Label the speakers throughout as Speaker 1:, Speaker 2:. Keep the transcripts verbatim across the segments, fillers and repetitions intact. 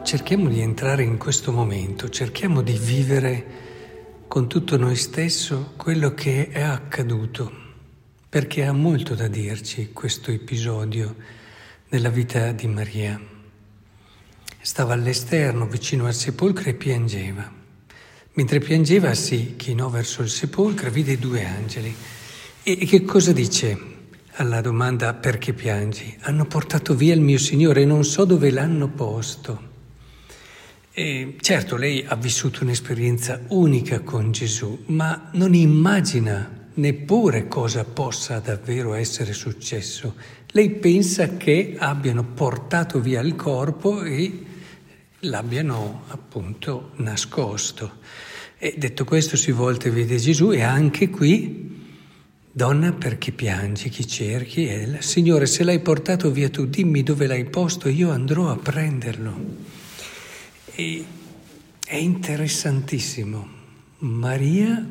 Speaker 1: cerchiamo di entrare in questo momento, cerchiamo di vivere con tutto noi stesso quello che è accaduto, perché ha molto da dirci questo episodio nella vita di Maria. Stava all'esterno, vicino al sepolcro, e piangeva. Mentre piangeva si chinò verso il sepolcro e vide due angeli. E che cosa dice alla domanda perché piangi? Hanno portato via il mio Signore e non so dove l'hanno posto. E certo, lei ha vissuto un'esperienza unica con Gesù, ma non immagina neppure cosa possa davvero essere successo. Lei pensa che abbiano portato via il corpo e l'abbiano appunto nascosto. E detto questo si volta e vede Gesù e anche qui, donna, perché piangi, chi cerchi? Ella, Signore, se l'hai portato via tu, dimmi dove l'hai posto, io andrò a prenderlo. E è interessantissimo. Maria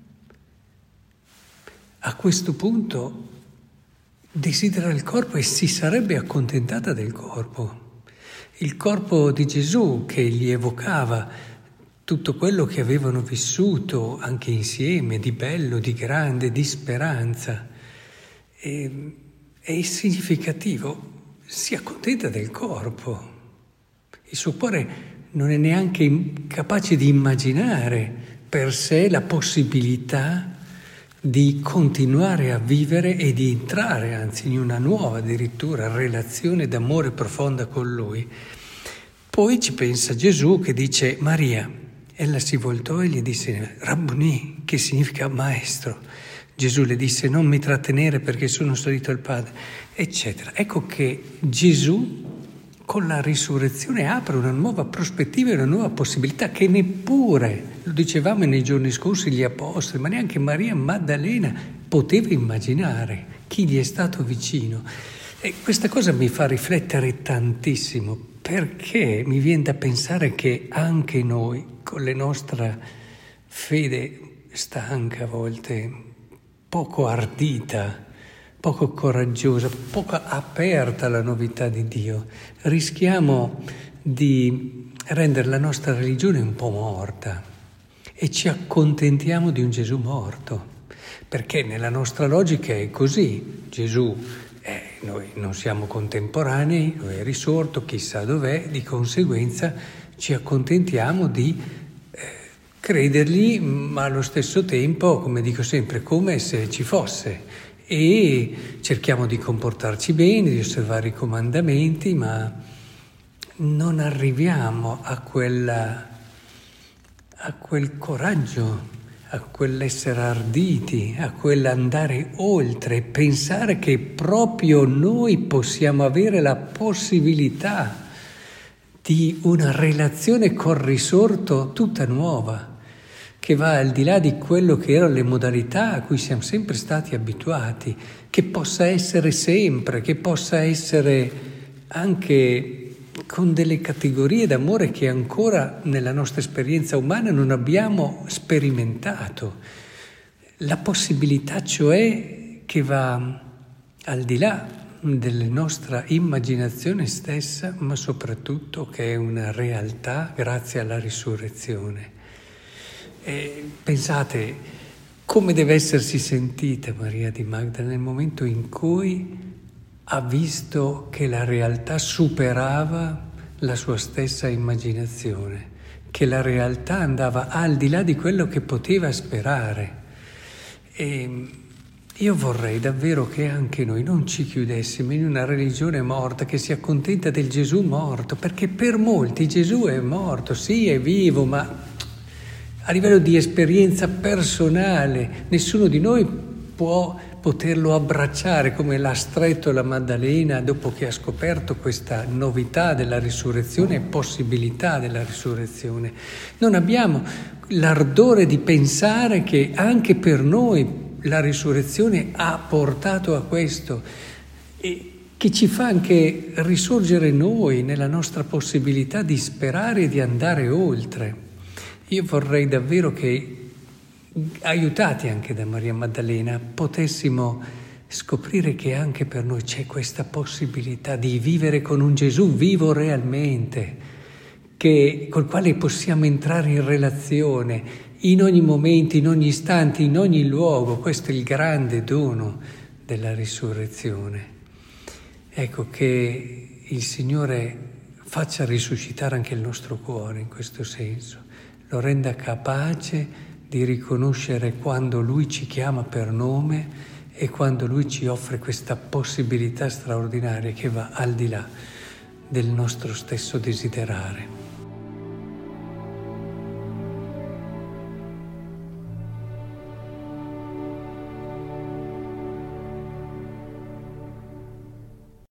Speaker 1: a questo punto desidera il corpo e si sarebbe accontentata del corpo. Il corpo di Gesù che gli evocava tutto quello che avevano vissuto anche insieme, di bello, di grande, di speranza. E, è significativo, si accontenta del corpo. Il suo cuore non è neanche capace di immaginare per sé la possibilità di continuare a vivere e di entrare, anzi, in una nuova addirittura relazione d'amore profonda con Lui. Poi ci pensa Gesù che dice Maria. Ella si voltò e gli disse Rabboni, che significa maestro. Gesù le disse non mi trattenere perché sono salito al Padre, eccetera. Ecco che Gesù con la risurrezione apre una nuova prospettiva e una nuova possibilità che neppure, lo dicevamo nei giorni scorsi, gli apostoli, ma neanche Maria Maddalena poteva immaginare chi gli è stato vicino. E questa cosa mi fa riflettere tantissimo, perché mi viene da pensare che anche noi, con la nostra fede stanca a volte, poco ardita, poco coraggiosa, poco aperta alla novità di Dio, rischiamo di rendere la nostra religione un po' morta e ci accontentiamo di un Gesù morto, perché nella nostra logica è così. Gesù, eh, noi non siamo contemporanei, lui è risorto, chissà dov'è, di conseguenza ci accontentiamo di eh, credergli, ma allo stesso tempo, come dico sempre, come se ci fosse. E cerchiamo di comportarci bene, di osservare i comandamenti, ma non arriviamo a quella, a quel coraggio, a quell'essere arditi, a quell'andare oltre, pensare che proprio noi possiamo avere la possibilità di una relazione col risorto tutta nuova, che va al di là di quello che erano le modalità a cui siamo sempre stati abituati, che possa essere sempre, che possa essere anche con delle categorie d'amore che ancora nella nostra esperienza umana non abbiamo sperimentato. La possibilità, cioè, che va al di là della nostra immaginazione stessa, ma soprattutto che è una realtà grazie alla risurrezione. E pensate come deve essersi sentita Maria di Magdala nel momento in cui ha visto che la realtà superava la sua stessa immaginazione, che la realtà andava al di là di quello che poteva sperare. E io vorrei davvero che anche noi non ci chiudessimo in una religione morta che si accontenta del Gesù morto, perché per molti Gesù è morto, sì, è vivo, ma a livello di esperienza personale, nessuno di noi può poterlo abbracciare come l'ha stretto la Maddalena dopo che ha scoperto questa novità della risurrezione e possibilità della risurrezione. Non abbiamo l'ardore di pensare che anche per noi la risurrezione ha portato a questo e che ci fa anche risorgere noi nella nostra possibilità di sperare e di andare oltre. Io vorrei davvero che, aiutati anche da Maria Maddalena, potessimo scoprire che anche per noi c'è questa possibilità di vivere con un Gesù vivo realmente, che, col quale possiamo entrare in relazione in ogni momento, in ogni istante, in ogni luogo. Questo è il grande dono della risurrezione. Ecco, che il Signore faccia risuscitare anche il nostro cuore in questo senso, lo renda capace di riconoscere quando Lui ci chiama per nome e quando Lui ci offre questa possibilità straordinaria che va al di là del nostro stesso desiderare.